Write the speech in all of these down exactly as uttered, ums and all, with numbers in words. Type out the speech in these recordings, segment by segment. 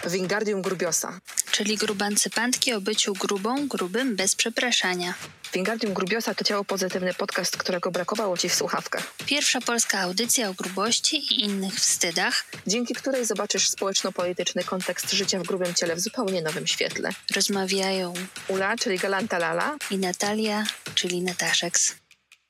Wingardium Grubiosa. Czyli grubancypantki o byciu grubą, grubym, bez przepraszania. Wingardium Grubiosa to ciało pozytywny podcast, którego brakowało Ci w słuchawkach. Pierwsza polska audycja o grubości i innych wstydach, dzięki której zobaczysz społeczno-polityczny kontekst życia w grubym ciele w zupełnie nowym świetle. rozmawiają Ula, czyli Galanta Lala. i Natalia, czyli Nataszeks.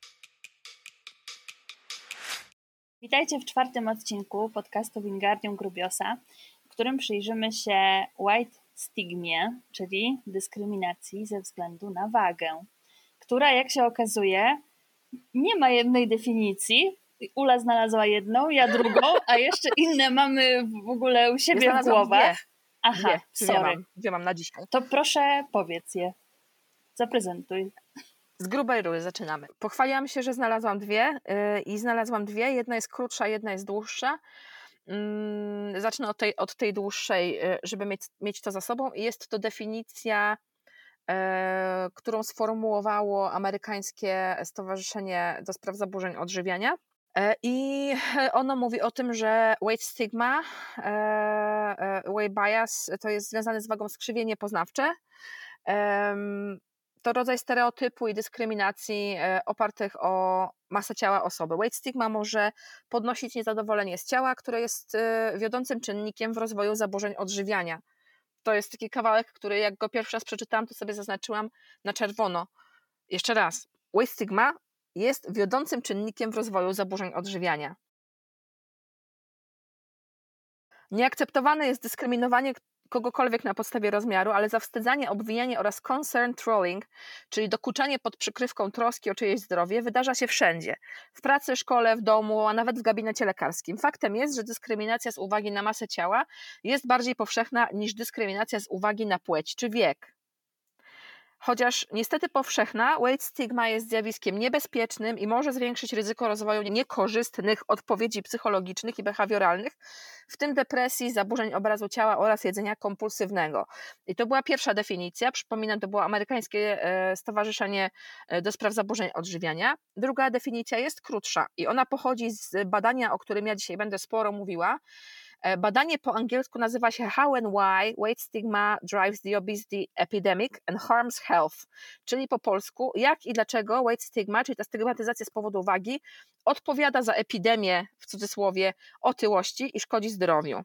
Witajcie w czwartym odcinku podcastu Wingardium Grubiosa, w którym przyjrzymy się white stigmie, czyli dyskryminacji ze względu na wagę, która, jak się okazuje, nie ma jednej definicji. Ula znalazła jedną, ja drugą, a jeszcze inne mamy w ogóle u siebie Ja w głowach. Dwie. Aha, Dwie. sorry. Dwie mam. Dwie mam na dzisiaj. To proszę powiedz je. Zaprezentuj. Z grubej rury zaczynamy. Pochwaliłam się, że znalazłam dwie yy, i znalazłam dwie. Jedna jest krótsza, jedna jest dłuższa. Yy, zacznę od tej, od tej dłuższej, yy, żeby mieć, mieć to za sobą. I jest to definicja, yy, którą sformułowało amerykańskie Stowarzyszenie do Spraw Zaburzeń Odżywiania. I ono mówi o tym, że weight stigma, weight bias to jest związane z wagą skrzywienie poznawcze. To rodzaj stereotypu i dyskryminacji opartych o masę ciała osoby. Weight stigma może podnosić niezadowolenie z ciała, które jest wiodącym czynnikiem w rozwoju zaburzeń odżywiania. To jest taki kawałek, który jak go pierwszy raz przeczytałam, to sobie zaznaczyłam na czerwono. Jeszcze raz. Weight stigma jest wiodącym czynnikiem w rozwoju zaburzeń odżywiania. Nieakceptowane jest dyskryminowanie kogokolwiek na podstawie rozmiaru, ale zawstydzanie, obwijanie oraz concern trolling, czyli dokuczanie pod przykrywką troski o czyjeś zdrowie, wydarza się wszędzie. W pracy, szkole, w domu, a nawet w gabinecie lekarskim. Faktem jest, że dyskryminacja z uwagi na masę ciała jest bardziej powszechna niż dyskryminacja z uwagi na płeć czy wiek. Chociaż niestety powszechna, weight stigma jest zjawiskiem niebezpiecznym i może zwiększyć ryzyko rozwoju niekorzystnych odpowiedzi psychologicznych i behawioralnych, w tym depresji, zaburzeń obrazu ciała oraz jedzenia kompulsywnego. I to była pierwsza definicja, przypominam, to było amerykańskie Stowarzyszenie do Spraw Zaburzeń Odżywiania. Druga definicja jest krótsza i ona pochodzi z badania, o którym ja dzisiaj będę sporo mówiła. Badanie po angielsku nazywa się How and Why Weight Stigma Drives the Obesity Epidemic and Harms Health, czyli po polsku jak i dlaczego weight stigma, czyli ta stygmatyzacja z powodu wagi, odpowiada za epidemię, w cudzysłowie, otyłości i szkodzi zdrowiu.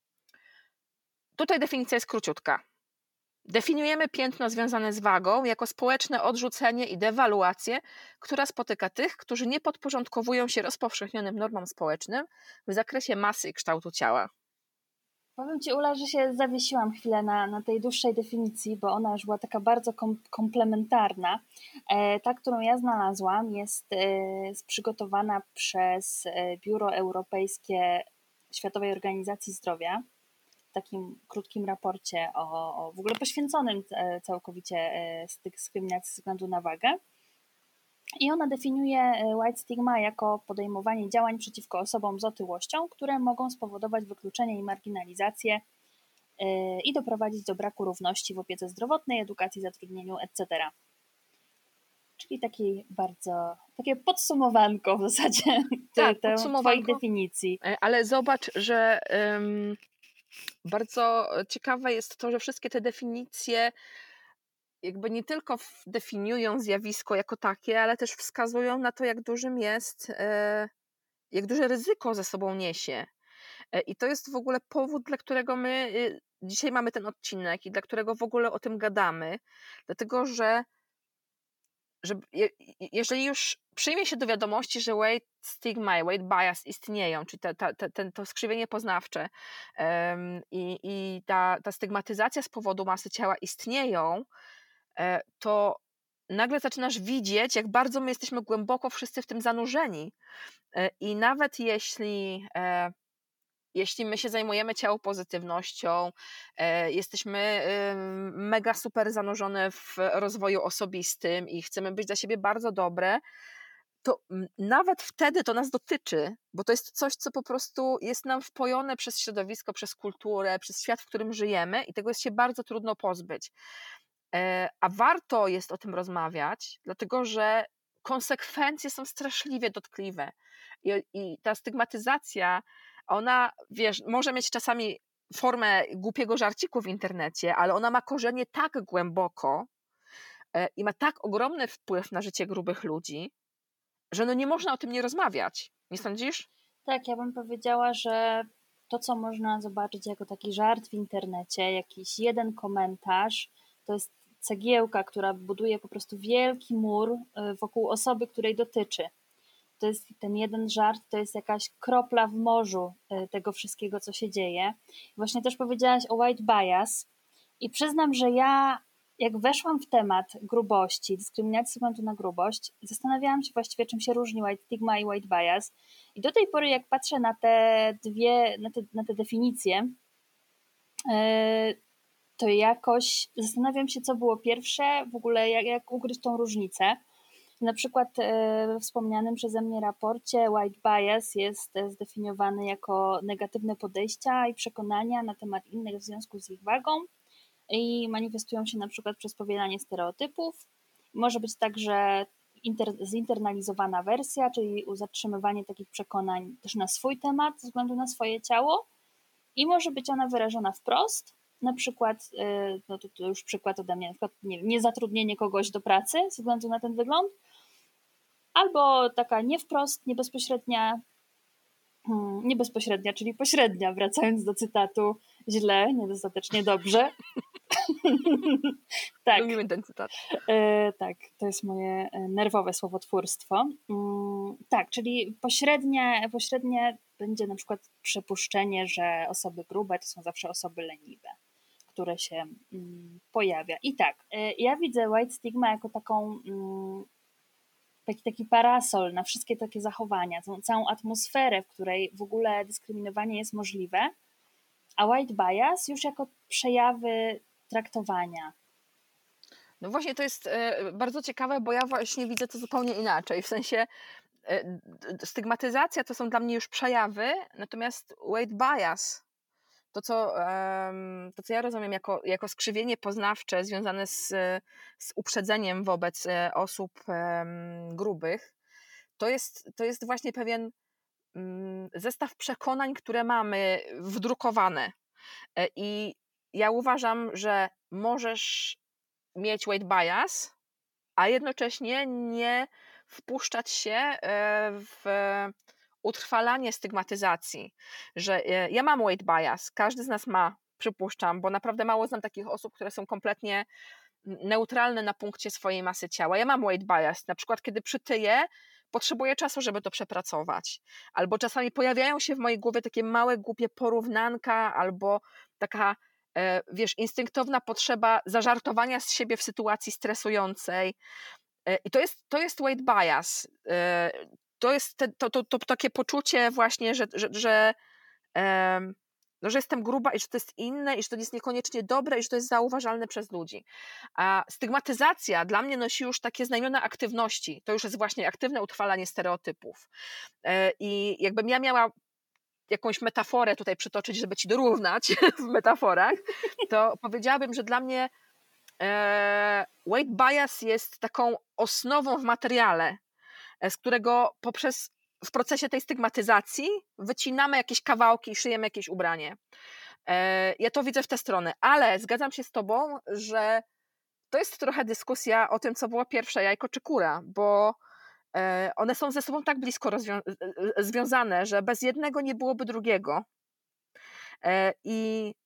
Tutaj definicja jest króciutka. Definiujemy piętno związane z wagą jako społeczne odrzucenie i dewaluację, która spotyka tych, którzy nie podporządkowują się rozpowszechnionym normom społecznym w zakresie masy i kształtu ciała. Powiem Ci, Ula, że się zawiesiłam chwilę na, na tej dłuższej definicji, bo ona już była taka bardzo kom, komplementarna. E, ta, którą ja znalazłam, jest e, przygotowana przez e, Biuro Europejskie Światowej Organizacji Zdrowia. W takim krótkim raporcie o, o w ogóle poświęconym całkowicie dyskryminacji ze względu na wagę. I ona definiuje white stigma jako podejmowanie działań przeciwko osobom z otyłością, które mogą spowodować wykluczenie i marginalizację i doprowadzić do braku równości w opiece zdrowotnej, edukacji, zatrudnieniu, et cetera. Czyli taki bardzo, takie podsumowanko w zasadzie tak, te, Twoich definicji. Ale zobacz, że um, bardzo ciekawe jest to, że wszystkie te definicje jakby nie tylko definiują zjawisko jako takie, ale też wskazują na to, jak dużym jest, jak duże ryzyko ze sobą niesie. I to jest w ogóle powód, dla którego my dzisiaj mamy ten odcinek i dla którego w ogóle o tym gadamy. Dlatego, że, że jeżeli już przyjmie się do wiadomości, że weight stigma i weight bias istnieją, czyli ta, ta, ta, ten, to skrzywienie poznawcze um, i, i ta, ta stygmatyzacja z powodu masy ciała istnieją, to nagle zaczynasz widzieć, jak bardzo my jesteśmy głęboko wszyscy w tym zanurzeni. I nawet jeśli, jeśli my się zajmujemy ciało pozytywnością, jesteśmy mega super zanurzone w rozwoju osobistym i chcemy być dla siebie bardzo dobre, to nawet wtedy to nas dotyczy, bo to jest coś, co po prostu jest nam wpojone przez środowisko, przez kulturę, przez świat, w którym żyjemy i tego jest się bardzo trudno pozbyć. A warto jest o tym rozmawiać, dlatego że konsekwencje są straszliwie dotkliwe i, i ta stygmatyzacja, ona, wiesz, może mieć czasami formę głupiego żarciku w internecie, ale ona ma korzenie tak głęboko e, i ma tak ogromny wpływ na życie grubych ludzi, że no nie można o tym nie rozmawiać. Nie sądzisz? Tak, ja bym powiedziała, że to, co można zobaczyć jako taki żart w internecie, jakiś jeden komentarz, to jest cegiełka, która buduje po prostu wielki mur y, wokół osoby, której dotyczy. To jest ten jeden żart, to jest jakaś kropla w morzu y, tego wszystkiego, co się dzieje. Właśnie też powiedziałaś o white bias i przyznam, że ja jak weszłam w temat grubości, dyskryminacji ze względu na grubość, zastanawiałam się właściwie, czym się różni white stigma i white bias. I do tej pory, jak patrzę na te dwie, na te, na te definicje, yy, to jakoś zastanawiam się, co było pierwsze, w ogóle jak, jak ugryźć tą różnicę. Na przykład w wspomnianym przeze mnie raporcie white bias jest zdefiniowany jako negatywne podejścia i przekonania na temat innych w związku z ich wagą i manifestują się na przykład przez powielanie stereotypów. Może być także inter, zinternalizowana wersja, czyli zatrzymywanie takich przekonań też na swój temat ze względu na swoje ciało i może być ona wyrażona wprost, na przykład, no to, to już przykład ode mnie, na przykład nie, niezatrudnienie kogoś do pracy ze względu na ten wygląd, albo taka nie wprost, niebezpośrednia, hmm, niebezpośrednia, czyli pośrednia, wracając do cytatu, źle, niedostatecznie dobrze. Tak. Lubimy ten cytat. E, tak, to jest moje nerwowe słowotwórstwo. Mm, tak, czyli pośrednie, pośrednie będzie na przykład przypuszczenie, że osoby grube to są zawsze osoby leniwe, które się mm, pojawia. I tak, e, ja widzę white stigma jako taką mm, taki, taki parasol na wszystkie takie zachowania, tą całą atmosferę, w której w ogóle dyskryminowanie jest możliwe, a white bias już jako przejawy traktowania. No właśnie to jest bardzo ciekawe, bo ja właśnie widzę to zupełnie inaczej, w sensie stygmatyzacja to są dla mnie już przejawy, natomiast white bias, to co, to co ja rozumiem jako, jako skrzywienie poznawcze związane z, z uprzedzeniem wobec osób grubych, to jest, to jest właśnie pewien zestaw przekonań, które mamy wdrukowane. I ja uważam, że możesz mieć weight bias, a jednocześnie nie wpuszczać się w utrwalanie stygmatyzacji, że ja mam weight bias, każdy z nas ma, przypuszczam, bo naprawdę mało znam takich osób, które są kompletnie neutralne na punkcie swojej masy ciała. Ja mam weight bias, na przykład kiedy przytyję, potrzebuję czasu, żeby to przepracować. Albo czasami pojawiają się w mojej głowie takie małe, głupie porównanka, albo taka, wiesz, instynktowna potrzeba zażartowania z siebie w sytuacji stresującej. I to jest, to jest weight bias. To jest te, to, to, to takie poczucie właśnie, że, że, że, no, że jestem gruba i że to jest inne i że to jest niekoniecznie dobre i że to jest zauważalne przez ludzi. A stygmatyzacja dla mnie nosi już takie znamiona aktywności. To już jest właśnie aktywne utrwalanie stereotypów. I jakbym ja miała jakąś metaforę tutaj przytoczyć, żeby ci dorównać w metaforach, to powiedziałabym, że dla mnie weight bias jest taką osnową w materiale, z którego poprzez w procesie tej stygmatyzacji wycinamy jakieś kawałki i szyjemy jakieś ubranie. Ja to widzę w tę stronę, ale zgadzam się z tobą, że to jest trochę dyskusja o tym, co było pierwsze, jajko czy kura, bo one są ze sobą tak blisko rozwią- związane, że bez jednego nie byłoby drugiego. I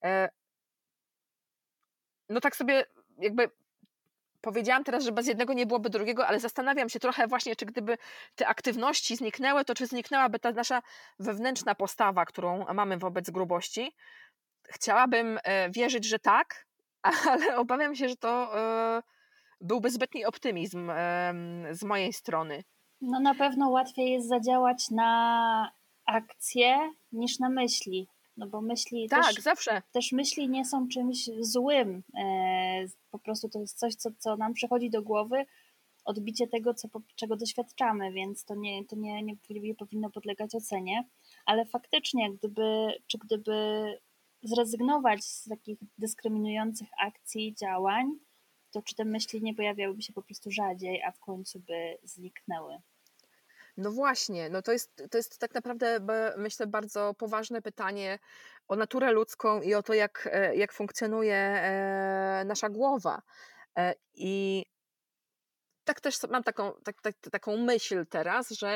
no tak sobie jakby powiedziałam teraz, że bez jednego nie byłoby drugiego, ale zastanawiam się trochę właśnie, czy gdyby te aktywności zniknęły, to czy zniknęłaby ta nasza wewnętrzna postawa, którą mamy wobec grubości. Chciałabym wierzyć, że tak, ale obawiam się, że to byłby zbytni optymizm z mojej strony. No na pewno łatwiej jest zadziałać na akcję niż na myśli. No bo myśli tak, też, zawsze. też myśli nie są czymś złym. Po prostu to jest coś, co, co nam przychodzi do głowy, odbicie tego, co, czego doświadczamy, więc to, nie, to nie, nie, nie powinno podlegać ocenie. Ale faktycznie, gdyby, czy gdyby zrezygnować z takich dyskryminujących akcji, działań, to czy te myśli nie pojawiałyby się po prostu rzadziej, a w końcu by zniknęły? No właśnie, no to jest, to jest tak naprawdę, b- myślę, bardzo poważne pytanie o naturę ludzką i o to, jak, e, jak funkcjonuje e, nasza głowa. E, I tak też mam taką, tak, tak, taką myśl teraz, że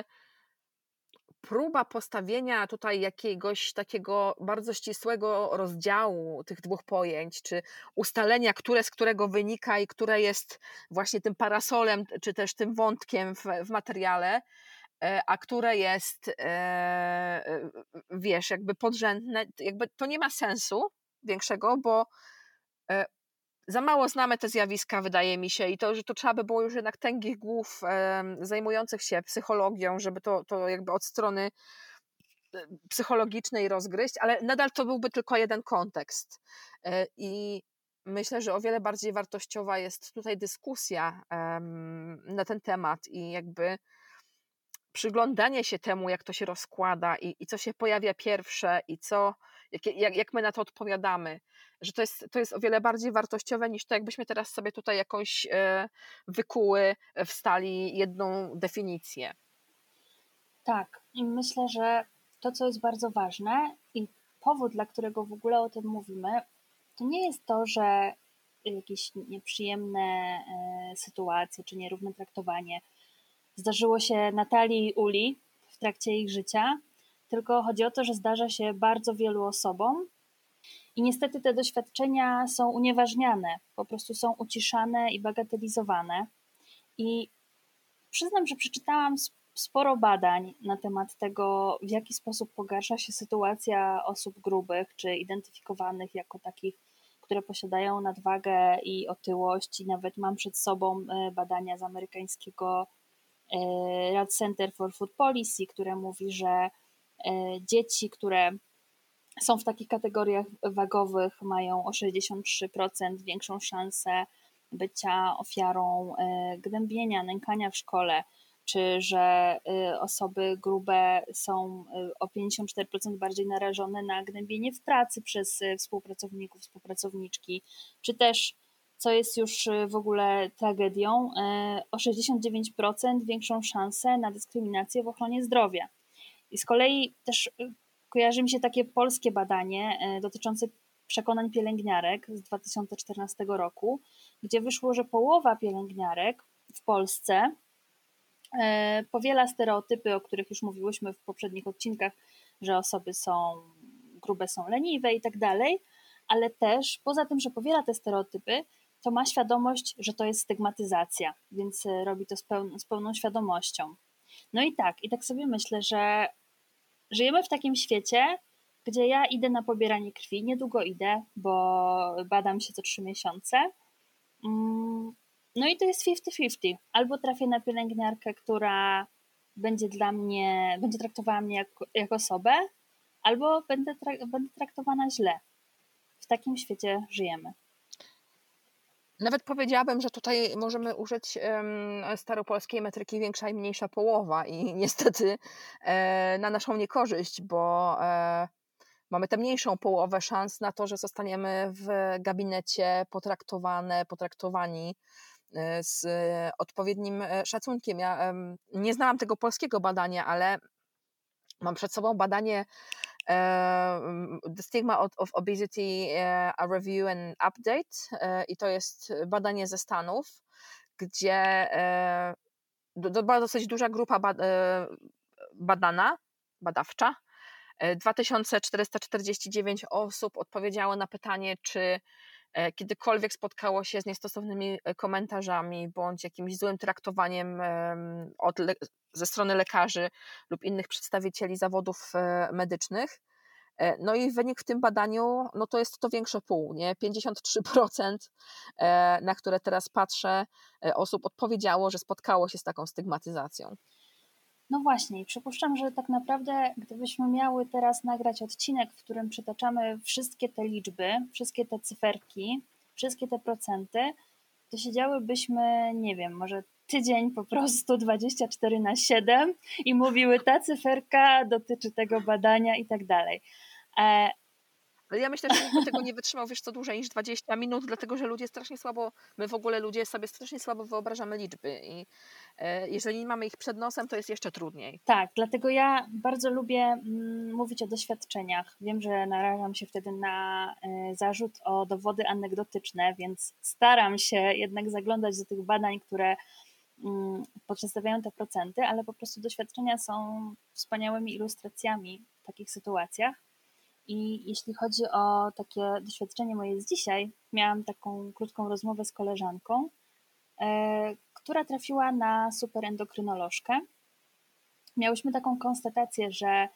próba postawienia tutaj jakiegoś takiego bardzo ścisłego rozdziału tych dwóch pojęć, czy ustalenia, które z którego wynika i które jest właśnie tym parasolem, czy też tym wątkiem w, w materiale, e, a które jest, e, e, wiesz, jakby podrzędne, jakby to nie ma sensu większego, bo e, za mało znamy te zjawiska, wydaje mi się, i to, że to trzeba by było już jednak tęgich głów em, zajmujących się psychologią, żeby to, to jakby od strony e, psychologicznej rozgryźć, ale nadal to byłby tylko jeden kontekst. E, I myślę, że o wiele bardziej wartościowa jest tutaj dyskusja em, na ten temat i jakby przyglądanie się temu, jak to się rozkłada i, i co się pojawia pierwsze i co, jak, jak, jak my na to odpowiadamy, że to jest, to jest o wiele bardziej wartościowe niż to, jakbyśmy teraz sobie tutaj jakąś e, wykuły, e, wstali jedną definicję. Tak, i myślę, że to, co jest bardzo ważne i powód, dla którego w ogóle o tym mówimy, to nie jest to, że jakieś nieprzyjemne e, sytuacje czy nierówne traktowanie zdarzyło się Natalii i Uli w trakcie ich życia, tylko chodzi o to, że zdarza się bardzo wielu osobom i niestety te doświadczenia są unieważniane, po prostu są uciszane i bagatelizowane. I przyznam, że przeczytałam sporo badań na temat tego, w jaki sposób pogarsza się sytuacja osób grubych, czy identyfikowanych jako takich, które posiadają nadwagę i otyłość. I nawet mam przed sobą e, badania z amerykańskiego e, Rad Center for Food Policy, które mówi, że e, dzieci, które są w takich kategoriach wagowych, mają o sześćdziesiąt trzy procent większą szansę bycia ofiarą e, gnębienia, nękania w szkole, czy że e, osoby grube są e, o pięćdziesiąt cztery procent bardziej narażone na gnębienie w pracy przez e, współpracowników, współpracowniczki, czy też, co jest już e, w ogóle tragedią, e, o sześćdziesiąt dziewięć procent większą szansę na dyskryminację w ochronie zdrowia. I z kolei też e, kojarzy mi się takie polskie badanie e, dotyczące przekonań pielęgniarek z dwa tysiące czternastego roku, gdzie wyszło, że połowa pielęgniarek w Polsce e, powiela stereotypy, o których już mówiłyśmy w poprzednich odcinkach, że osoby są grube, są leniwe i tak dalej, ale też poza tym, że powiela te stereotypy, to ma świadomość, że to jest stygmatyzacja, więc e, robi to z, peł- z pełną świadomością. No i tak, i tak sobie myślę, że żyjemy w takim świecie, gdzie ja idę na pobieranie krwi, niedługo idę, bo badam się co trzy miesiące. Mm, No i to jest pięćdziesiąt pięćdziesiąt. Albo trafię na pielęgniarkę, która będzie dla mnie, będzie traktowała mnie jak, jak osobę, albo będę, tra- będę traktowana źle. W takim świecie żyjemy. Nawet powiedziałabym, że tutaj możemy użyć em, staropolskiej metryki większa i mniejsza połowa i niestety e, na naszą niekorzyść, bo e, mamy tę mniejszą połowę szans na to, że zostaniemy w gabinecie potraktowane, potraktowani e, z odpowiednim e, szacunkiem. Ja em, nie znałam tego polskiego badania, ale mam przed sobą badanie um, The Stigma of, of Obesity, uh, a Review and Update, uh, i to jest badanie ze Stanów, gdzie uh, to była dosyć duża grupa bad, uh, badana, badawcza. dwa tysiące czterysta czterdzieści dziewięć osób odpowiedziało na pytanie, czy kiedykolwiek spotkało się z niestosownymi komentarzami bądź jakimś złym traktowaniem od, ze strony lekarzy lub innych przedstawicieli zawodów medycznych. No i wynik w tym badaniu, no to jest to większe pół, nie? pięćdziesiąt trzy procent, na które teraz patrzę, osób odpowiedziało, że spotkało się z taką stygmatyzacją. No właśnie, i przypuszczam, że tak naprawdę gdybyśmy miały teraz nagrać odcinek, w którym przytaczamy wszystkie te liczby, wszystkie te cyferki, wszystkie te procenty, to siedziałybyśmy, nie wiem, może tydzień po prostu dwadzieścia cztery na siedem i mówiły, ta cyferka dotyczy tego badania i tak dalej. Ale ja myślę, że nikt by tego nie wytrzymał, wiesz co, dłużej niż dwadzieścia minut, dlatego że ludzie strasznie słabo, my w ogóle ludzie sobie strasznie słabo wyobrażamy liczby i e, jeżeli nie mamy ich przed nosem, to jest jeszcze trudniej. Tak, dlatego ja bardzo lubię mm, mówić o doświadczeniach. Wiem, że narażam się wtedy na y, zarzut o dowody anegdotyczne, więc staram się jednak zaglądać do tych badań, które mm, przedstawiają te procenty, ale po prostu doświadczenia są wspaniałymi ilustracjami w takich sytuacjach. I jeśli chodzi o takie doświadczenie moje z dzisiaj, miałam taką krótką rozmowę z koleżanką, e, która trafiła na superendokrynolożkę. Miałyśmy taką konstatację, że,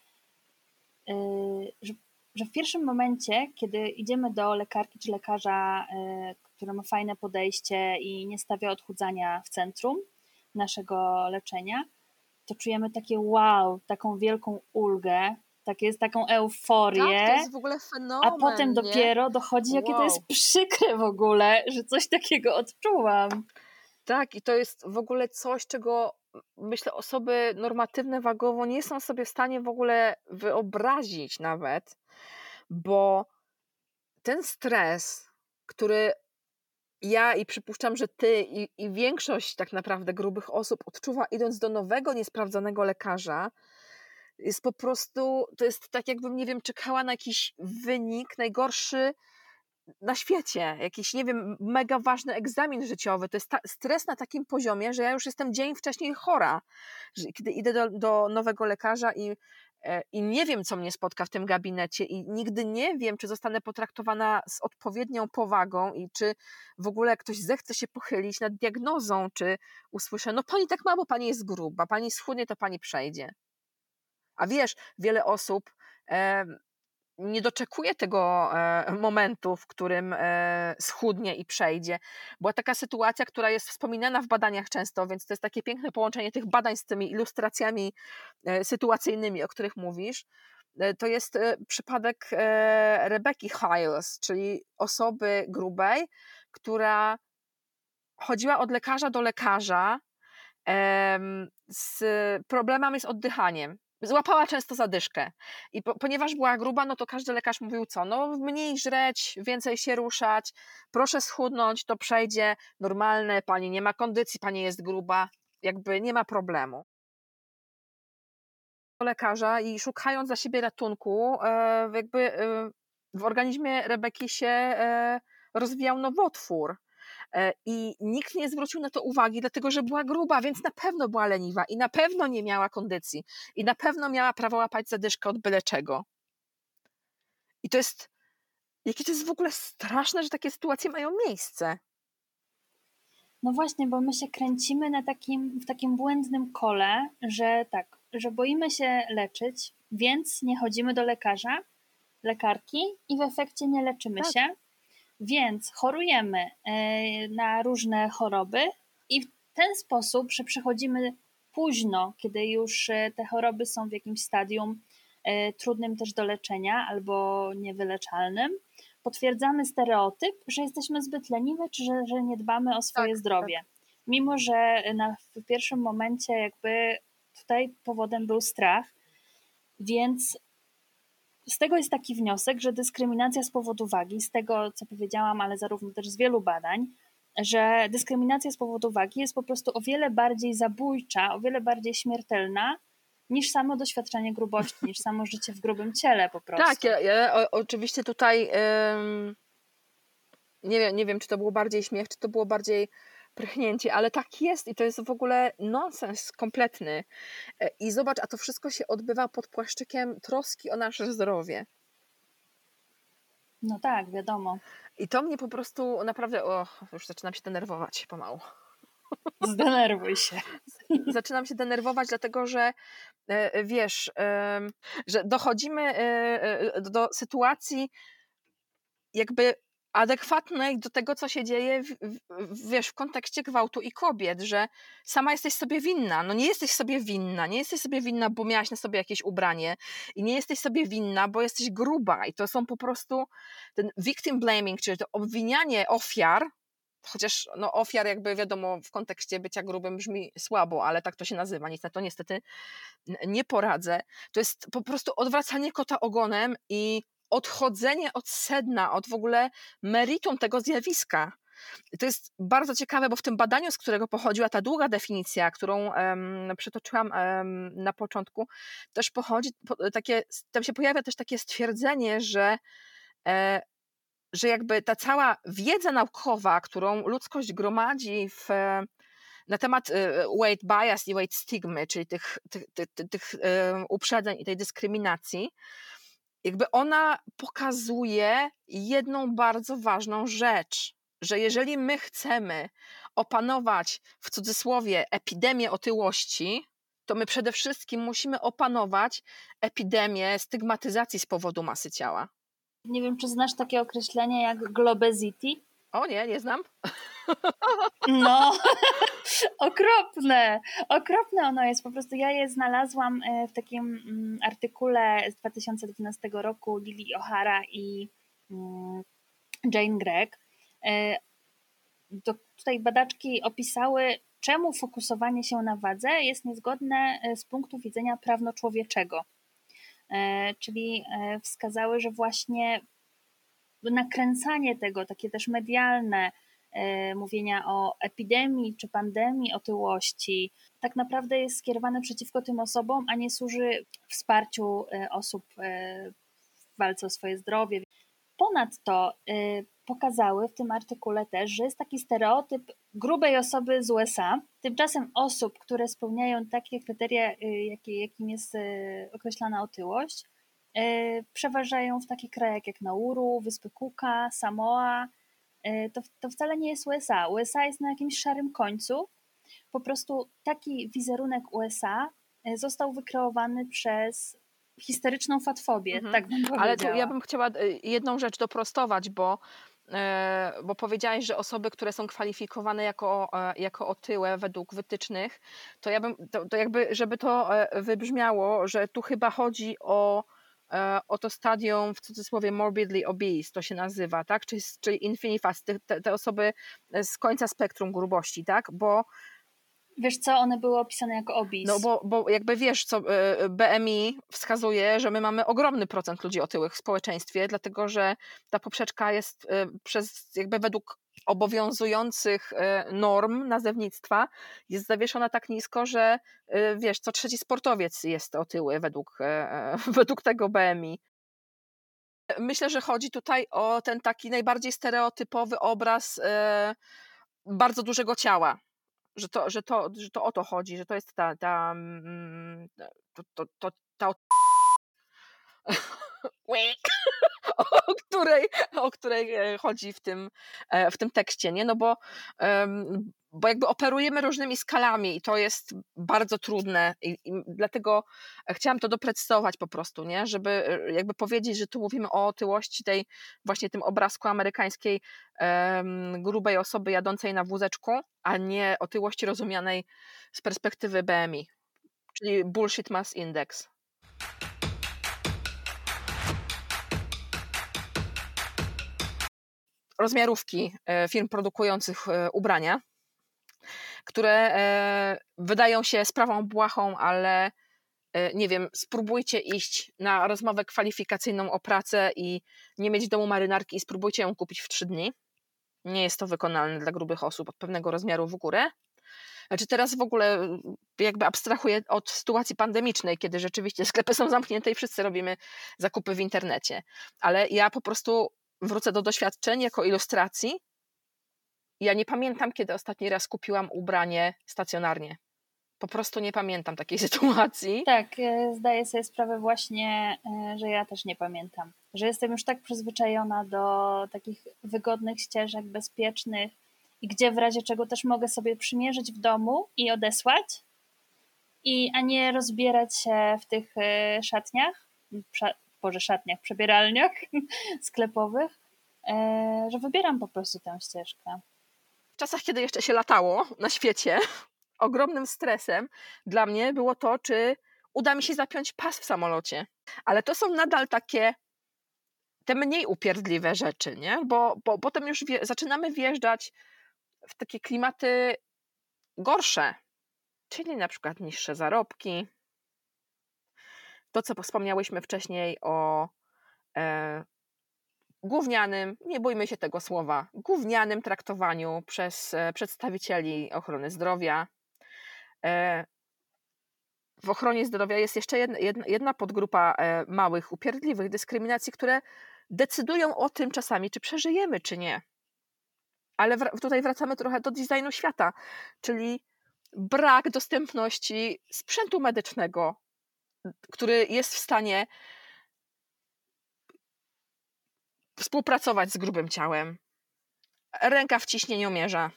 y, że, że w pierwszym momencie, kiedy idziemy do lekarki czy lekarza, y, który ma fajne podejście i nie stawia odchudzania w centrum naszego leczenia, to czujemy takie wow, taką wielką ulgę, tak jest taką euforię, Tak, to jest w ogóle fenomen, a potem nie? dopiero dochodzi, jakie to jest Wow. przykre w ogóle, że coś takiego odczuwam. Tak, i to jest w ogóle coś, czego myślę osoby normatywne wagowo nie są sobie w stanie w ogóle wyobrazić nawet, bo ten stres, który ja i przypuszczam, że ty i, i większość tak naprawdę grubych osób odczuwa idąc do nowego, niesprawdzonego lekarza, jest po prostu, to jest tak jakbym, nie wiem, czekała na jakiś wynik najgorszy na świecie, jakiś, nie wiem, mega ważny egzamin życiowy. To jest ta, stres na takim poziomie, że ja już jestem dzień wcześniej chora. Że kiedy idę do, do nowego lekarza i, e, i nie wiem, co mnie spotka w tym gabinecie i nigdy nie wiem, czy zostanę potraktowana z odpowiednią powagą i czy w ogóle ktoś zechce się pochylić nad diagnozą, czy usłyszę, no pani tak ma, bo pani jest gruba, pani schudnie, to pani przejdzie. A wiesz, wiele osób e, nie doczekuje tego e, momentu, w którym e, schudnie i przejdzie. Była taka sytuacja, która jest wspominana w badaniach często, więc to jest takie piękne połączenie tych badań z tymi ilustracjami e, sytuacyjnymi, o których mówisz. E, to jest e, przypadek e, Rebeki Hiles, czyli osoby grubej, która chodziła od lekarza do lekarza e, z problemami z oddychaniem. Złapała często zadyszkę i po, ponieważ była gruba, no to każdy lekarz mówił co, no mniej żreć, więcej się ruszać, proszę schudnąć, to przejdzie, normalne, pani nie ma kondycji, pani jest gruba, jakby nie ma problemu. Do lekarza i szukając dla siebie ratunku, e, jakby e, w organizmie Rebeki się e, rozwijał nowotwór. I nikt nie zwrócił na to uwagi, dlatego że była gruba, więc na pewno była leniwa i na pewno nie miała kondycji i na pewno miała prawo łapać zadyszkę od byle czego. I to jest, jakie to jest w ogóle straszne, że takie sytuacje mają miejsce. No właśnie, bo my się kręcimy na takim, w takim błędnym kole, że tak, że boimy się leczyć, więc nie chodzimy do lekarza, lekarki i w efekcie nie leczymy Tak. się, więc chorujemy e, na różne choroby i w ten sposób, że przychodzimy późno, kiedy już e, te choroby są w jakimś stadium e, trudnym też do leczenia albo niewyleczalnym, potwierdzamy stereotyp, że jesteśmy zbyt leniwe, czy że, że nie dbamy o swoje Tak, zdrowie. tak. Mimo że na, w pierwszym momencie jakby tutaj powodem był strach, więc z tego jest taki wniosek, że dyskryminacja z powodu wagi, z tego co powiedziałam, ale zarówno też z wielu badań, że dyskryminacja z powodu wagi jest po prostu o wiele bardziej zabójcza, o wiele bardziej śmiertelna niż samo doświadczenie grubości, niż samo życie w grubym ciele po prostu. Tak, ja, ja o, oczywiście tutaj ym, nie wiem, nie wiem, czy to było bardziej śmiech, czy to było bardziej prychnięcie, ale tak jest i to jest w ogóle nonsens kompletny. I zobacz, a to wszystko się odbywa pod płaszczykiem troski o nasze zdrowie. No tak, wiadomo. I to mnie po prostu naprawdę, o, już zaczynam się denerwować pomału. Zdenerwuj się. Zaczynam się denerwować, dlatego że wiesz, że dochodzimy do sytuacji jakby adekwatnej do tego, co się dzieje w, w, wiesz, w kontekście gwałtu i kobiet, że sama jesteś sobie winna, no nie jesteś sobie winna, nie jesteś sobie winna, bo miałaś na sobie jakieś ubranie i nie jesteś sobie winna, bo jesteś gruba i to są po prostu ten victim blaming, czyli to obwinianie ofiar, chociaż no, ofiar jakby wiadomo w kontekście bycia grubym brzmi słabo, ale tak to się nazywa, nic na to niestety nie poradzę, to jest po prostu odwracanie kota ogonem i odchodzenie od sedna, od w ogóle meritum tego zjawiska. To jest bardzo ciekawe, bo w tym badaniu, z którego pochodziła ta długa definicja, którą um, przytoczyłam um, na początku, też pochodzi po, takie, tam się pojawia też takie stwierdzenie, że, e, że jakby ta cała wiedza naukowa, którą ludzkość gromadzi w, na temat e, weight bias i weight stigmy, czyli tych, tych, tych, tych, tych e, uprzedzeń i tej dyskryminacji, jakby ona pokazuje jedną bardzo ważną rzecz, że jeżeli my chcemy opanować w cudzysłowie epidemię otyłości, to my przede wszystkim musimy opanować epidemię stygmatyzacji z powodu masy ciała. Nie wiem, czy znasz takie określenie jak globesity? O nie, nie znam. No, okropne, okropne ono jest, po prostu ja je znalazłam w takim artykule z dwa tysiące dwunastego roku Lily O'Hara i Jane Gregg. Tutaj badaczki opisały, czemu fokusowanie się na wadze jest niezgodne z punktu widzenia prawno-człowieczego. Czyli wskazały, że właśnie nakręcanie tego, takie też medialne, mówienia o epidemii czy pandemii otyłości, tak naprawdę jest skierowane przeciwko tym osobom, a nie służy wsparciu osób w walce o swoje zdrowie. Ponadto pokazały w tym artykule też, że jest taki stereotyp grubej osoby z U S A. Tymczasem osób, które spełniają takie kryteria, jakim jest określana otyłość, przeważają w takich krajach jak Nauru, Wyspy Cooka, Samoa. To, to wcale nie jest U S A. U S A jest na jakimś szarym końcu. Po prostu taki wizerunek U S A został wykreowany przez histeryczną fatfobię, mhm. tak bym powiedziała. Ale tu ja bym chciała jedną rzecz doprostować, bo, bo powiedziałaś, że osoby, które są kwalifikowane jako, jako otyłe według wytycznych, to ja bym, to, to jakby, żeby to wybrzmiało, że tu chyba chodzi o o to stadium w cudzysłowie morbidly obese, to się nazywa, tak? Czyli, czyli infinitas, te, te osoby z końca spektrum grubości, tak? Bo wiesz co, one były opisane jako obese. No bo, bo jakby wiesz, co B M I wskazuje, że my mamy ogromny procent ludzi otyłych w społeczeństwie, dlatego że ta poprzeczka jest przez jakby według obowiązujących norm nazewnictwa jest zawieszona tak nisko, że wiesz, co trzeci sportowiec jest otyły według, według tego B M I. Myślę, że chodzi tutaj o ten taki najbardziej stereotypowy obraz bardzo dużego ciała. Że to, że, to, że to o to chodzi, że to jest ta, ta, to, to, to, ta o której, o której chodzi w tym, w tym tekście, nie? No bo, bo jakby operujemy różnymi skalami i to jest bardzo trudne i, i dlatego chciałam to doprecyzować po prostu, nie? Żeby jakby powiedzieć, że tu mówimy o otyłości tej właśnie tym obrazku amerykańskiej um, grubej osoby jadącej na wózeczku, a nie otyłości rozumianej z perspektywy B M I, czyli Bullshit Mass Index. Rozmiarówki firm produkujących ubrania, które wydają się sprawą błahą, ale nie wiem, spróbujcie iść na rozmowę kwalifikacyjną o pracę i nie mieć w domu marynarki i spróbujcie ją kupić w trzy dni. Nie jest to wykonalne dla grubych osób od pewnego rozmiaru w górę. Znaczy teraz w ogóle jakby abstrahuję od sytuacji pandemicznej, kiedy rzeczywiście sklepy są zamknięte i wszyscy robimy zakupy w internecie. Ale ja po prostu wrócę do doświadczeń jako ilustracji. Ja nie pamiętam, kiedy ostatni raz kupiłam ubranie stacjonarnie. Po prostu nie pamiętam takiej sytuacji. Tak, zdaję sobie sprawę właśnie, że ja też nie pamiętam. Że jestem już tak przyzwyczajona do takich wygodnych ścieżek, bezpiecznych i gdzie w razie czego też mogę sobie przymierzyć w domu i odesłać, i, a nie rozbierać się w tych szatniach, Boże, szatniach, przebieralniach sklepowych, że wybieram po prostu tę ścieżkę. W czasach, kiedy jeszcze się latało na świecie, ogromnym stresem dla mnie było to, czy uda mi się zapiąć pas w samolocie. Ale to są nadal takie te mniej upierdliwe rzeczy, nie? Bo, bo potem już wie, zaczynamy wjeżdżać w takie klimaty gorsze, czyli na przykład niższe zarobki. To, co wspomniałyśmy wcześniej o e, gównianym, nie bójmy się tego słowa, gównianym traktowaniu przez e, przedstawicieli ochrony zdrowia. E, w ochronie zdrowia jest jeszcze jedna, jedna, jedna podgrupa e, małych, upierdliwych dyskryminacji, które decydują o tym czasami, czy przeżyjemy, czy nie. Ale wr- tutaj wracamy trochę do designu świata, czyli brak dostępności sprzętu medycznego, który jest w stanie współpracować z grubym ciałem. Ręka w ciśnieniomierza,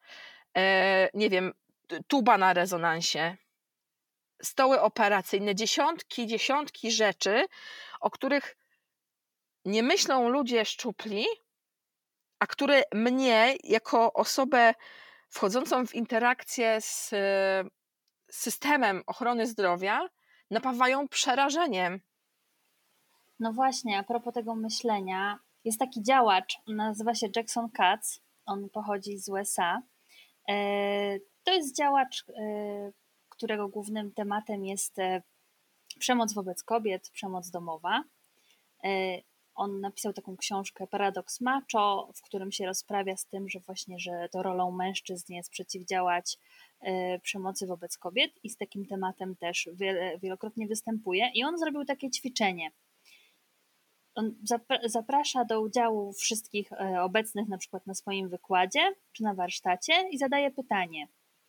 e, nie wiem, tuba na rezonansie, stoły operacyjne, dziesiątki, dziesiątki rzeczy, o których nie myślą ludzie szczupli, a które mnie jako osobę wchodzącą w interakcję z systemem ochrony zdrowia napawają przerażeniem. No właśnie, a propos tego myślenia, jest taki działacz, nazywa się Jackson Katz, on pochodzi z U S A. To jest działacz, którego głównym tematem jest przemoc wobec kobiet, przemoc domowa. On napisał taką książkę Paradoks Macho, w którym się rozprawia z tym, że właśnie, że to rolą mężczyzn jest przeciwdziałać przemocy wobec kobiet i z takim tematem też wielokrotnie występuje. I on zrobił takie ćwiczenie. On zaprasza do udziału wszystkich obecnych na przykład na swoim wykładzie czy na warsztacie i zadaje pytanie: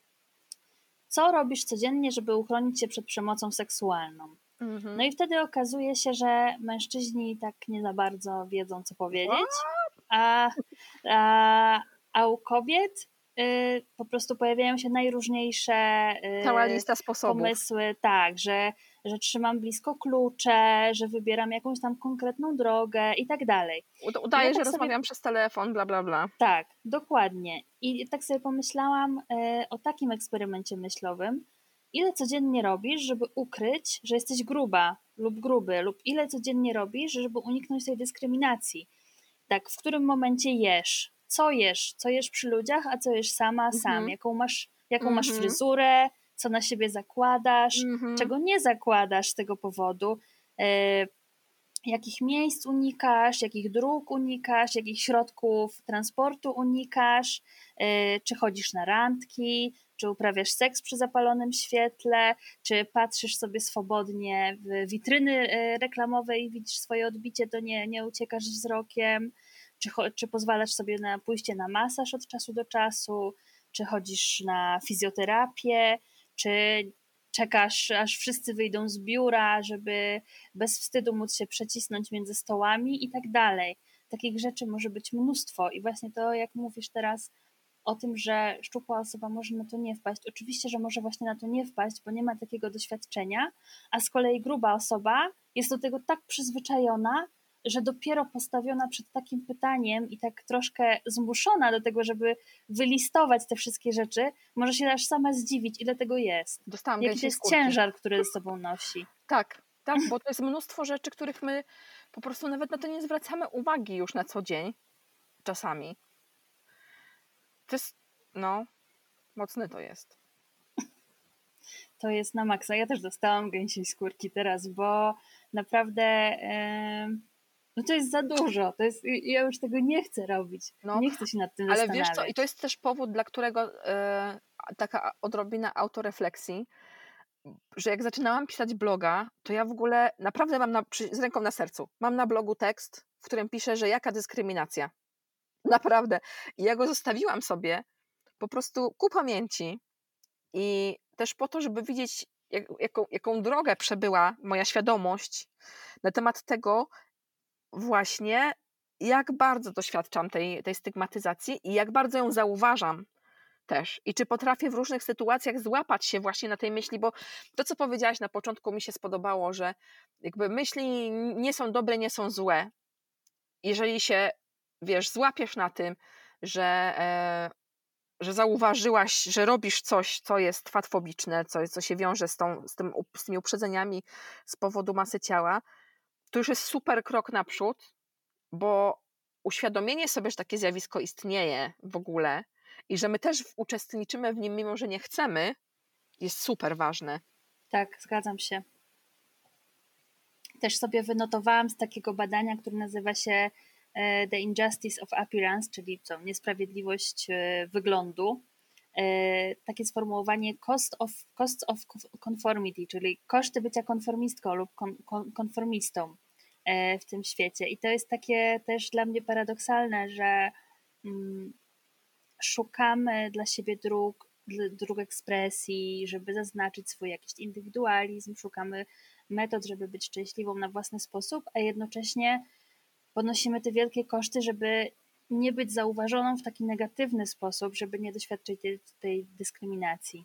co robisz codziennie, żeby uchronić się przed przemocą seksualną? Mhm. No i wtedy okazuje się, że mężczyźni tak nie za bardzo wiedzą, co powiedzieć, a, a, a u kobiet y, po prostu pojawiają się najróżniejsze y, Cała lista sposobów. pomysły, tak, że, że trzymam blisko klucze, że wybieram jakąś tam konkretną drogę i tak dalej. Udaję, ja że tak rozmawiam sobie... przez telefon, bla, bla, bla. Tak, dokładnie. I tak sobie pomyślałam y, o takim eksperymencie myślowym. Ile codziennie robisz, żeby ukryć, że jesteś gruba lub gruby, lub ile codziennie robisz, żeby uniknąć tej dyskryminacji? Tak, w którym momencie jesz? Co jesz? Co jesz przy ludziach, a co jesz sama, mm-hmm. sam? Jaką masz, jaką mm-hmm. masz fryzurę? Co na siebie zakładasz? Mm-hmm. Czego nie zakładasz z tego powodu? E, jakich miejsc unikasz? Jakich dróg unikasz? Jakich środków transportu unikasz? E, czy chodzisz na randki? Czy uprawiasz seks przy zapalonym świetle, czy patrzysz sobie swobodnie w witryny reklamowe i widzisz swoje odbicie, to nie, nie uciekasz wzrokiem, czy, czy pozwalasz sobie na pójście na masaż od czasu do czasu, czy chodzisz na fizjoterapię, czy czekasz, aż wszyscy wyjdą z biura, żeby bez wstydu móc się przecisnąć między stołami i tak dalej. Takich rzeczy może być mnóstwo i właśnie to, jak mówisz teraz o tym, że szczupła osoba może na to nie wpaść. Oczywiście, że może właśnie na to nie wpaść, bo nie ma takiego doświadczenia, a z kolei gruba osoba jest do tego tak przyzwyczajona, że dopiero postawiona przed takim pytaniem i tak troszkę zmuszona do tego, żeby wylistować te wszystkie rzeczy, może się aż sama zdziwić, ile tego jest. Dostałam Jaki to jest skórki. Ciężar, który ze sobą nosi. Tak, tak, bo to jest mnóstwo rzeczy, których my po prostu nawet na to nie zwracamy uwagi już na co dzień, czasami. To jest, no, mocne to jest. To jest na maksa. Ja też dostałam gęsiej skórki teraz, bo naprawdę yy, no to jest za dużo. To jest, ja już tego nie chcę robić. No, nie chcę się nad tym ale zastanawiać. Ale wiesz co, i to jest też powód, dla którego yy, taka odrobina autorefleksji, że jak zaczynałam pisać bloga, to ja w ogóle naprawdę mam na, z ręką na sercu, mam na blogu tekst, w którym piszę, że jaka dyskryminacja. Naprawdę. I ja go zostawiłam sobie po prostu ku pamięci i też po to, żeby widzieć, jak, jaką, jaką drogę przebyła moja świadomość na temat tego właśnie, jak bardzo doświadczam tej, tej stygmatyzacji i jak bardzo ją zauważam też. I czy potrafię w różnych sytuacjach złapać się właśnie na tej myśli, bo to, co powiedziałaś na początku, mi się spodobało, że jakby myśli nie są dobre, nie są złe. Jeżeli się, wiesz, złapiesz na tym, że, e, że zauważyłaś, że robisz coś, co jest fatfobiczne, co, co się wiąże z, tą, z, tym, z tymi uprzedzeniami z powodu masy ciała, to już jest super krok naprzód, bo uświadomienie sobie, że takie zjawisko istnieje w ogóle i że my też uczestniczymy w nim, mimo że nie chcemy, jest super ważne. Tak, zgadzam się. też sobie wynotowałam z takiego badania, które nazywa się The Injustice of Appearance, czyli co, niesprawiedliwość wyglądu. Takie sformułowanie cost of, cost of conformity, czyli koszty bycia konformistką lub kon, kon, konformistą w tym świecie. I to jest takie też dla mnie paradoksalne, że mm, szukamy dla siebie dróg, dróg ekspresji, żeby zaznaczyć swój jakiś indywidualizm, szukamy metod, żeby być szczęśliwą na własny sposób, a jednocześnie ponosimy te wielkie koszty, żeby nie być zauważoną w taki negatywny sposób, żeby nie doświadczyć tej, tej dyskryminacji.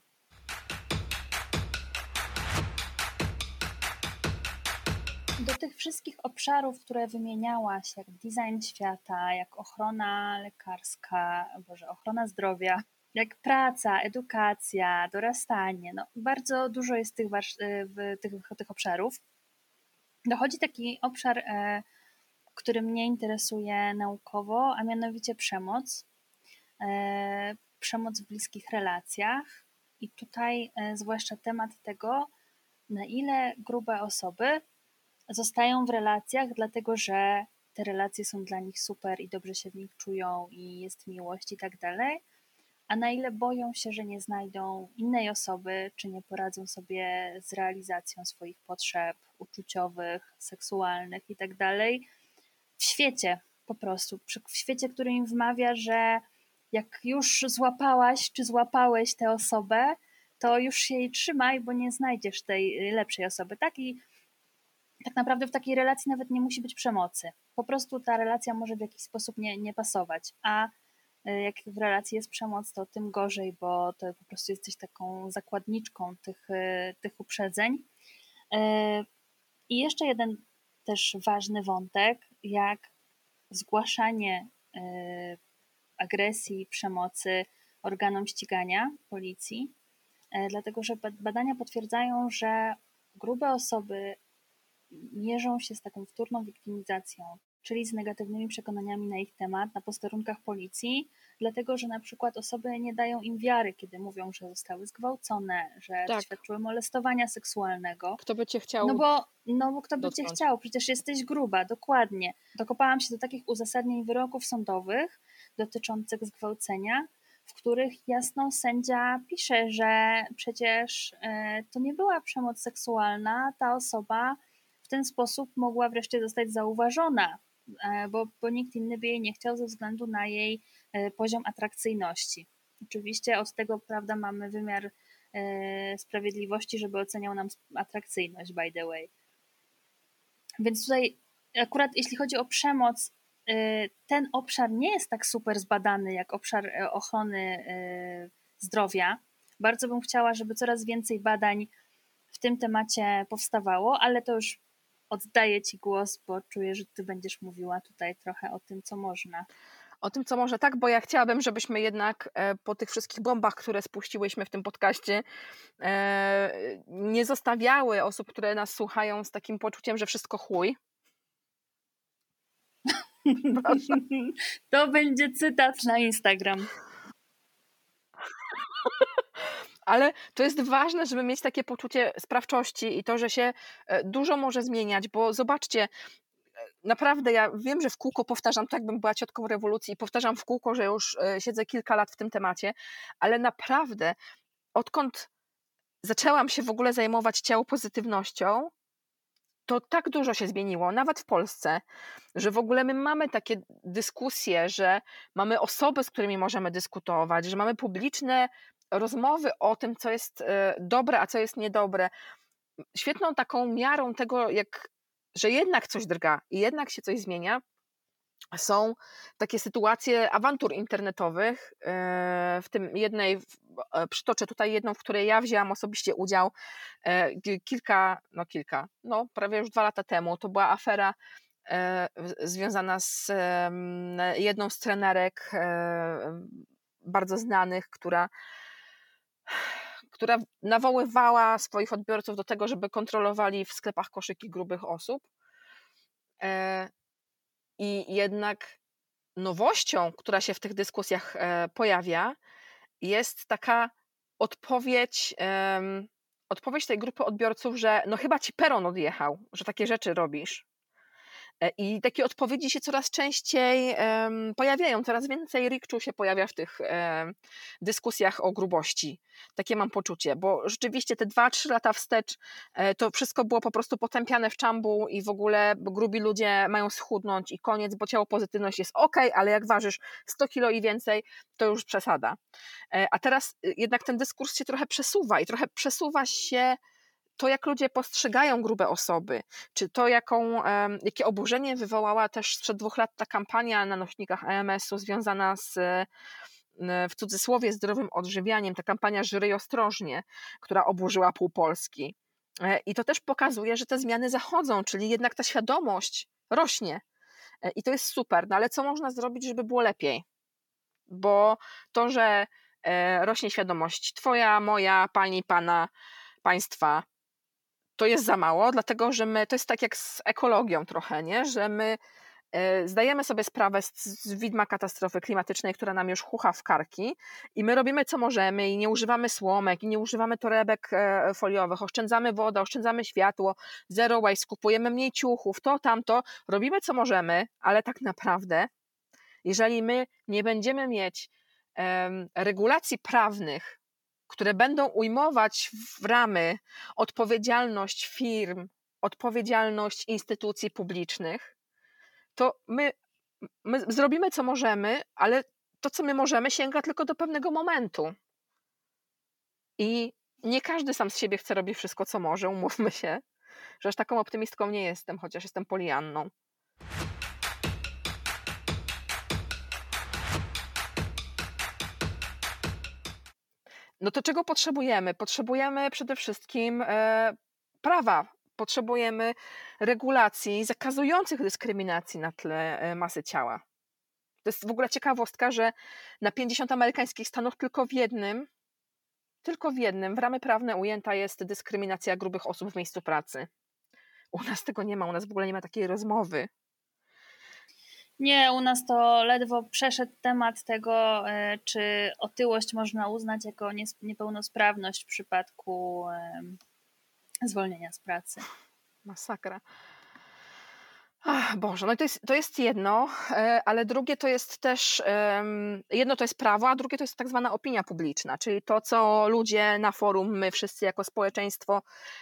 Do tych wszystkich obszarów, które wymieniałaś, jak design świata, jak ochrona lekarska, boże, ochrona zdrowia, jak praca, edukacja, dorastanie, no bardzo dużo jest tych, tych, tych obszarów. Dochodzi taki obszar, który mnie interesuje naukowo, a mianowicie przemoc. Przemoc w bliskich relacjach i tutaj zwłaszcza temat tego, na ile grube osoby zostają w relacjach, dlatego że te relacje są dla nich super i dobrze się w nich czują i jest miłość i tak dalej, a na ile boją się, że nie znajdą innej osoby, czy nie poradzą sobie z realizacją swoich potrzeb uczuciowych, seksualnych i tak dalej w świecie po prostu, w świecie, który im wmawia, że jak już złapałaś czy złapałeś tę osobę, to już się jej trzymaj, bo nie znajdziesz tej lepszej osoby. Tak? I tak naprawdę w takiej relacji nawet nie musi być przemocy. Po prostu ta relacja może w jakiś sposób nie, nie pasować. A jak w relacji jest przemoc, to tym gorzej, bo to po prostu jesteś taką zakładniczką tych, tych uprzedzeń. I jeszcze jeden też ważny wątek, jak zgłaszanie agresji, przemocy organom ścigania, policji, dlatego że badania potwierdzają, że grube osoby mierzą się z taką wtórną wiktymizacją, czyli z negatywnymi przekonaniami na ich temat na posterunkach policji, dlatego że na przykład osoby nie dają im wiary, kiedy mówią, że zostały zgwałcone, że Tak. doświadczyły molestowania seksualnego. Kto by cię chciał No bo, no bo kto by cię dotknąć? chciał? Przecież jesteś gruba, dokładnie. Dokopałam się do takich uzasadnień wyroków sądowych dotyczących zgwałcenia, w których jasno sędzia pisze, że przecież e, to nie była przemoc seksualna, ta osoba w ten sposób mogła wreszcie zostać zauważona, e, bo, bo nikt inny by jej nie chciał ze względu na jej e, poziom atrakcyjności. Oczywiście od tego, prawda, mamy wymiar e, sprawiedliwości, żeby oceniał nam atrakcyjność, by the way. Więc tutaj akurat jeśli chodzi o przemoc, ten obszar nie jest tak super zbadany jak obszar ochrony zdrowia. Bardzo bym chciała, żeby coraz więcej badań w tym temacie powstawało, ale to już oddaję Ci głos, bo czuję, że Ty będziesz mówiła tutaj trochę o tym, co można. O tym, co może tak, bo ja chciałabym, żebyśmy jednak po tych wszystkich bombach, które spuściłyśmy w tym podcaście, nie zostawiały osób, które nas słuchają z takim poczuciem, że wszystko chuj. To będzie cytat na Instagram. Ale to jest ważne, żeby mieć takie poczucie sprawczości i to, że się dużo może zmieniać, bo zobaczcie, naprawdę ja wiem, że w kółko powtarzam, tak jakbym była ciotką rewolucji i powtarzam w kółko, że już siedzę kilka lat w tym temacie, ale naprawdę odkąd zaczęłam się w ogóle zajmować ciało pozytywnością, to tak dużo się zmieniło, nawet w Polsce, że w ogóle my mamy takie dyskusje, że mamy osoby, z którymi możemy dyskutować, że mamy publiczne rozmowy o tym, co jest dobre, a co jest niedobre. Świetną taką miarą tego, jak, że jednak coś drga i jednak się coś zmienia, są takie sytuacje awantur internetowych. W tym jednej, przytoczę tutaj jedną, w której ja wzięłam osobiście udział kilka, no kilka, no prawie już dwa lata temu. To była afera związana z jedną z trenerek bardzo znanych, która, która nawoływała swoich odbiorców do tego, żeby kontrolowali w sklepach koszyki grubych osób. I jednak nowością, która się w tych dyskusjach pojawia, jest taka odpowiedź odpowiedź tej grupy odbiorców, że no chyba ci peron odjechał, że takie rzeczy robisz. I takie odpowiedzi się coraz częściej um, pojawiają, coraz więcej rikczu się pojawia w tych um, dyskusjach o grubości. Takie mam poczucie, bo rzeczywiście te dwa, trzy lata wstecz e, to wszystko było po prostu potępiane w czambu i w ogóle grubi ludzie mają schudnąć i koniec, bo ciało pozytywność jest ok, ale jak ważysz sto kilo i więcej, to już przesada. E, a teraz jednak ten dyskurs się trochę przesuwa i trochę przesuwa się to, jak ludzie postrzegają grube osoby, czy to, jaką, jakie oburzenie wywołała też sprzed dwóch lat ta kampania na nośnikach A M S u związana z, w cudzysłowie, zdrowym odżywianiem, ta kampania Żyj ostrożnie, która oburzyła pół Polski. I to też pokazuje, że te zmiany zachodzą, czyli jednak ta świadomość rośnie. I to jest super, no ale co można zrobić, żeby było lepiej? Bo to, że rośnie świadomość twoja, moja, pani, pana, państwa, to jest za mało, dlatego że my, to jest tak jak z ekologią trochę, nie? Że my zdajemy sobie sprawę z, z widma katastrofy klimatycznej, która nam już chucha w karki i my robimy co możemy i nie używamy słomek i nie używamy torebek foliowych, oszczędzamy wodę, oszczędzamy światło, zero waste, kupujemy mniej ciuchów, to, tamto, robimy co możemy, ale tak naprawdę jeżeli my nie będziemy mieć um, regulacji prawnych, które będą ujmować w ramy odpowiedzialność firm, odpowiedzialność instytucji publicznych, to my, my zrobimy co możemy, ale to, co my możemy, sięga tylko do pewnego momentu. I nie każdy sam z siebie chce robić wszystko, co może, umówmy się, że aż taką optymistką nie jestem, chociaż jestem Polianną. No to czego potrzebujemy? Potrzebujemy przede wszystkim e, prawa. Potrzebujemy regulacji zakazujących dyskryminacji na tle e, masy ciała. To jest w ogóle ciekawostka, że na pięćdziesiąt amerykańskich stanów tylko w jednym, tylko w jednym w ramy prawne ujęta jest dyskryminacja grubych osób w miejscu pracy. U nas tego nie ma, u nas w ogóle nie ma takiej rozmowy. Nie, u nas to ledwo przeszedł temat tego, czy otyłość można uznać jako niepełnosprawność w przypadku zwolnienia z pracy. Masakra. Ach, Boże, no to jest, to jest jedno, ale drugie to jest też, jedno to jest prawo, a drugie to jest tak zwana opinia publiczna, czyli to, co ludzie na forum, my wszyscy jako społeczeństwo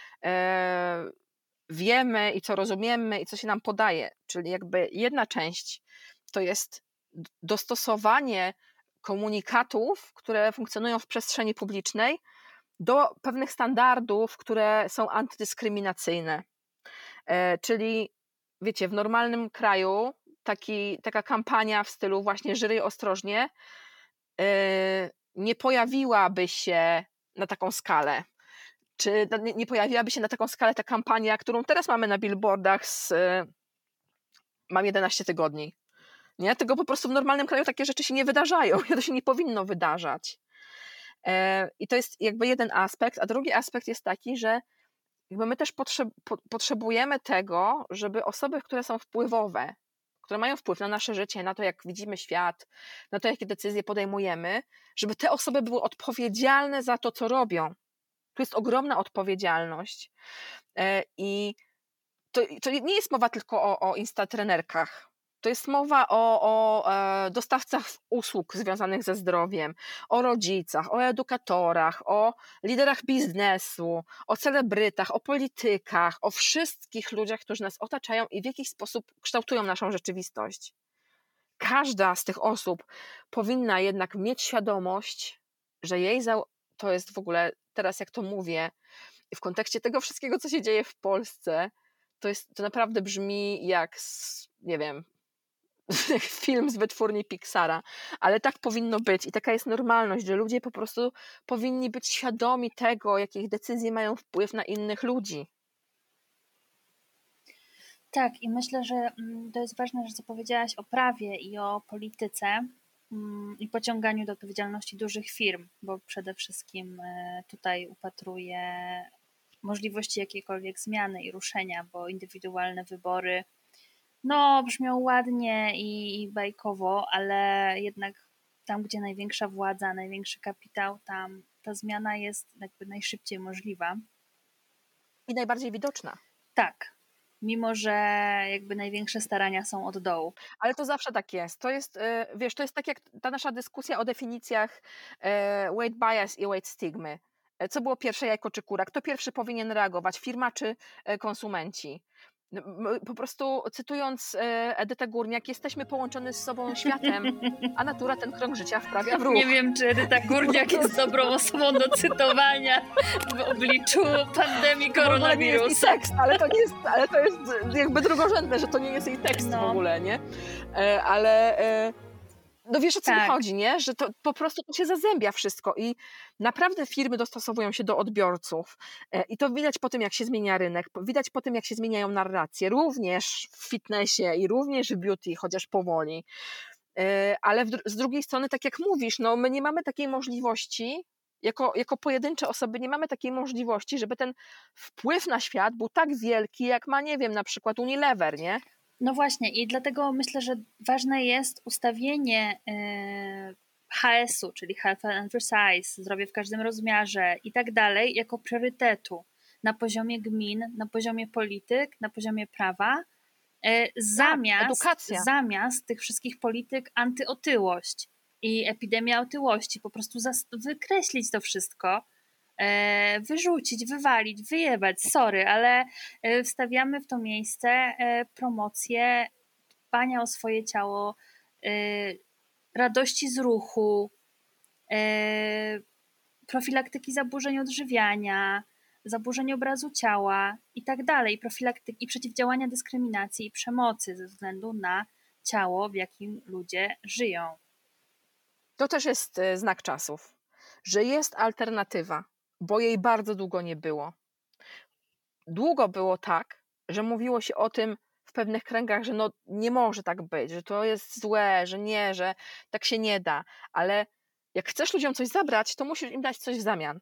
wiemy i co rozumiemy i co się nam podaje, czyli jakby jedna część to jest dostosowanie komunikatów, które funkcjonują w przestrzeni publicznej do pewnych standardów, które są antydyskryminacyjne. Czyli wiecie, w normalnym kraju taki, taka kampania w stylu właśnie Żyj ostrożnie nie pojawiłaby się na taką skalę. Czy nie pojawiłaby się na taką skalę ta kampania, którą teraz mamy na billboardach z mam jedenaście tygodni. Nie? Tego po prostu w normalnym kraju takie rzeczy się nie wydarzają. To się nie powinno wydarzać. I to jest jakby jeden aspekt, a drugi aspekt jest taki, że jakby my też potrzebujemy tego, żeby osoby, które są wpływowe, które mają wpływ na nasze życie, na to, jak widzimy świat, na to, jakie decyzje podejmujemy, żeby te osoby były odpowiedzialne za to, co robią. Tu jest ogromna odpowiedzialność. I to, to nie jest mowa tylko o, o instatrenerkach. To jest mowa o, o dostawcach usług związanych ze zdrowiem, o rodzicach, o edukatorach, o liderach biznesu, o celebrytach, o politykach, o wszystkich ludziach, którzy nas otaczają i w jakiś sposób kształtują naszą rzeczywistość. Każda z tych osób powinna jednak mieć świadomość, że jej za... to jest w ogóle, teraz jak to mówię, w kontekście tego wszystkiego, co się dzieje w Polsce, to, jest, to naprawdę brzmi jak, nie wiem, film z wytwórni Pixara, ale tak powinno być i taka jest normalność, że ludzie po prostu powinni być świadomi tego, jakie ich decyzje mają wpływ na innych ludzi. Tak, i myślę, że to jest ważne, że co powiedziałaś o prawie i o polityce i pociąganiu do odpowiedzialności dużych firm, bo przede wszystkim tutaj upatruję możliwości jakiejkolwiek zmiany i ruszenia, bo indywidualne wybory no brzmią ładnie i bajkowo, ale jednak tam, gdzie największa władza, największy kapitał, tam ta zmiana jest jakby najszybciej możliwa. I najbardziej widoczna. Tak, mimo że jakby największe starania są od dołu. Ale to zawsze tak jest. To jest, e, wiesz, to jest tak jak ta nasza dyskusja o definicjach e, weight bias i weight stigmy. E, Co było pierwsze, jajko czy kura? Kto pierwszy powinien reagować? Firma czy e, konsumenci? M- m- Po prostu cytując e, Edytę Górniak, jesteśmy połączeni z sobą światem, a natura ten krąg życia wprawia w ruch. Nie wiem, czy Edyta Górniak jest dobrą osobą do cytowania w obliczu pandemii To w ogóle nie jest jej koronawirusa. tekst, ale to nie jest, ale to jest jakby drugorzędne, że to nie jest jej tekst No. w ogóle, nie? E, Ale e, no wiesz, o co mi Tak. chodzi, nie? Że to po prostu to się zazębia wszystko i naprawdę firmy dostosowują się do odbiorców E, i to widać po tym, jak się zmienia rynek, po- widać po tym, jak się zmieniają narracje, również w fitnessie i również w beauty, chociaż powoli. E, Ale w, dru- z drugiej strony, tak jak mówisz, no my nie mamy takiej możliwości, jako, jako pojedyncze osoby nie mamy takiej możliwości, żeby ten wpływ na świat był tak wielki, jak ma, nie wiem, na przykład Unilever, nie? No właśnie i dlatego myślę, że ważne jest ustawienie e, H S-u, czyli Health and Exercise, zdrowie w każdym rozmiarze i tak dalej, jako priorytetu na poziomie gmin, na poziomie polityk, na poziomie prawa, e, zamiast, edukacja. zamiast tych wszystkich polityk antyotyłość i epidemia otyłości, po prostu zas- wykreślić to wszystko, e, wyrzucić, wywalić, wyjebać, sorry, ale e, wstawiamy w to miejsce e, promocję dbania o swoje ciało, e, radości z ruchu, e, profilaktyki zaburzeń odżywiania, zaburzeń obrazu ciała i tak dalej, profilaktyki i przeciwdziałania dyskryminacji i przemocy ze względu na ciało, w jakim ludzie żyją. To też jest e, znak czasów, że jest alternatywa, bo jej bardzo długo nie było. Długo było tak, że mówiło się o tym w pewnych kręgach, że no nie może tak być, że to jest złe, że nie, że tak się nie da, ale jak chcesz ludziom coś zabrać, to musisz im dać coś w zamian.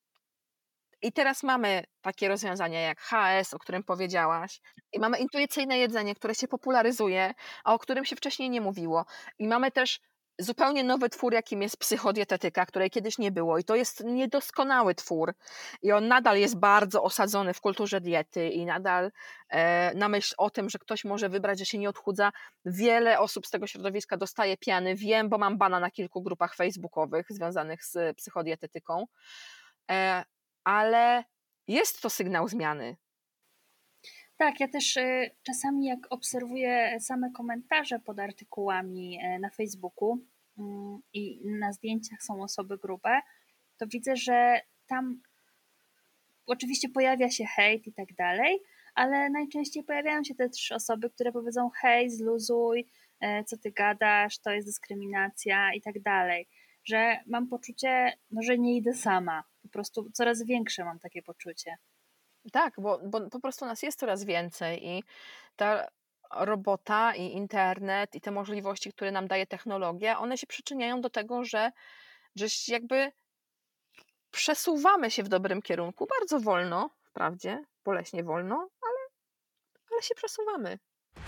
I teraz mamy takie rozwiązania jak H S, o którym powiedziałaś, i mamy intuicyjne jedzenie, które się popularyzuje, a o którym się wcześniej nie mówiło. I mamy też zupełnie nowy twór, jakim jest psychodietetyka, której kiedyś nie było. I to jest niedoskonały twór. I on nadal jest bardzo osadzony w kulturze diety i nadal e, na myśl o tym, że ktoś może wybrać, że się nie odchudza. Wiele osób z tego środowiska dostaje piany. Wiem, bo mam bana na kilku grupach facebookowych związanych z psychodietetyką. E, ale jest to sygnał zmiany. Tak, ja też y, czasami jak obserwuję same komentarze pod artykułami y, na Facebooku mm, i na zdjęciach są osoby grube, to widzę, że tam oczywiście pojawia się hejt i tak dalej, ale najczęściej pojawiają się też osoby, które powiedzą hej, zluzuj, e, co ty gadasz, to jest dyskryminacja i tak dalej. Że mam poczucie, no, że nie idę sama. Po prostu coraz większe mam takie poczucie. Tak, bo, bo po prostu nas jest coraz więcej i ta robota i internet i te możliwości, które nam daje technologia, one się przyczyniają do tego, że, że jakby przesuwamy się w dobrym kierunku, bardzo wolno, wprawdzie, boleśnie wolno, ale, ale się przesuwamy.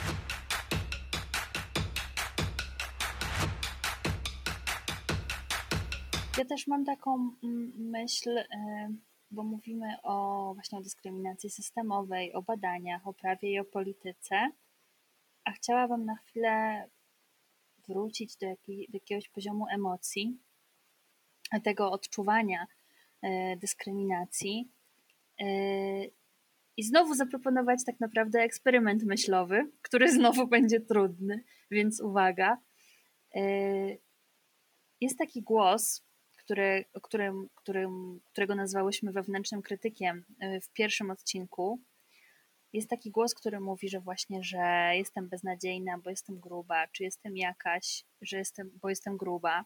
Ja też mam taką mm, myśl, e, bo mówimy o właśnie o dyskryminacji systemowej, o badaniach, o prawie i o polityce, a chciałabym na chwilę wrócić do, jakiej, do jakiegoś poziomu emocji, tego odczuwania e, dyskryminacji e, i znowu zaproponować tak naprawdę eksperyment myślowy, który znowu będzie trudny, więc uwaga. E, Jest taki głos, który, o którym, którym, którego nazwałyśmy wewnętrznym krytykiem e, w pierwszym odcinku. Jest taki głos, który mówi, że właśnie, że jestem beznadziejna, bo jestem gruba, czy jestem jakaś, że jestem, bo jestem gruba.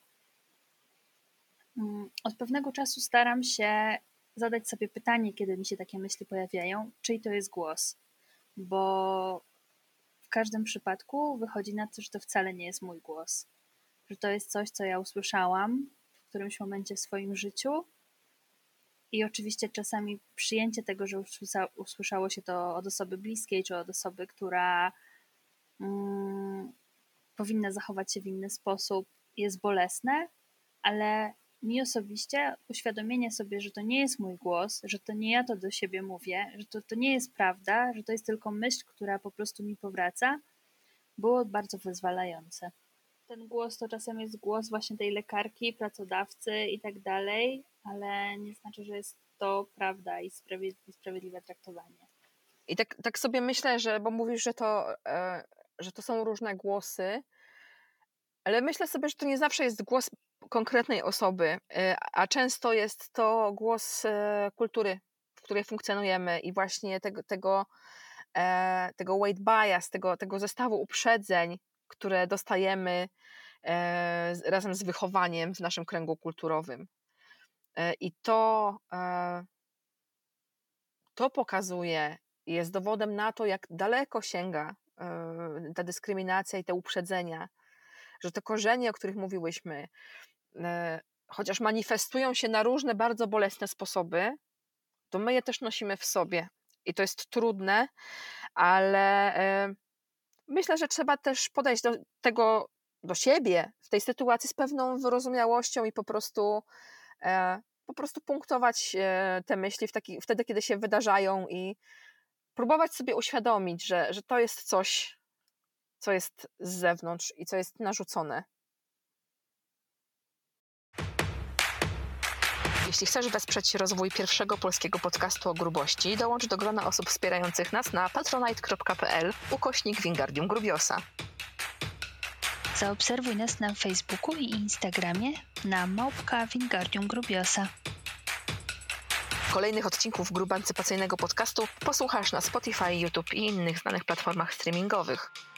Od pewnego czasu staram się zadać sobie pytanie, kiedy mi się takie myśli pojawiają, czyj to jest głos, bo w każdym przypadku wychodzi na to, że to wcale nie jest mój głos, że to jest coś, co ja usłyszałam w którymś momencie w swoim życiu i oczywiście czasami przyjęcie tego, że usłyszało się to od osoby bliskiej, czy od osoby, która mm, powinna zachować się w inny sposób, jest bolesne, ale mi osobiście uświadomienie sobie, że to nie jest mój głos, że to nie ja to do siebie mówię, że to, to nie jest prawda, że to jest tylko myśl, która po prostu mi powraca, było bardzo wyzwalające. Ten głos to czasem jest głos właśnie tej lekarki, pracodawcy i tak dalej, ale nie znaczy, że jest to prawda i sprawiedliwe traktowanie. I tak, tak sobie myślę, że, bo mówisz, że to, e, że to są różne głosy, ale myślę sobie, że to nie zawsze jest głos konkretnej osoby, e, a często jest to głos e, kultury, w której funkcjonujemy i właśnie tego, tego, e, tego weight bias, tego, tego zestawu uprzedzeń, które dostajemy e, z- razem z wychowaniem w naszym kręgu kulturowym. E, I to, e, to pokazuje, jest dowodem na to, jak daleko sięga e, ta dyskryminacja i te uprzedzenia, że te korzenie, o których mówiłyśmy, e, chociaż manifestują się na różne bardzo bolesne sposoby, to my je też nosimy w sobie. I to jest trudne, ale e, myślę, że trzeba też podejść do tego, do siebie w tej sytuacji z pewną wyrozumiałością i po prostu e, po prostu punktować e, te myśli w taki, wtedy, kiedy się wydarzają i próbować sobie uświadomić, że, że to jest coś, co jest z zewnątrz i co jest narzucone. Jeśli chcesz wesprzeć rozwój pierwszego polskiego podcastu o grubości, dołącz do grona osób wspierających nas na patronite.pl ukośnik Wingardium Grubiosa. Zaobserwuj nas na Facebooku i Instagramie na małpka Wingardium Grubiosa. Kolejnych odcinków grubancypacyjnego podcastu posłuchasz na Spotify, YouTube i innych znanych platformach streamingowych.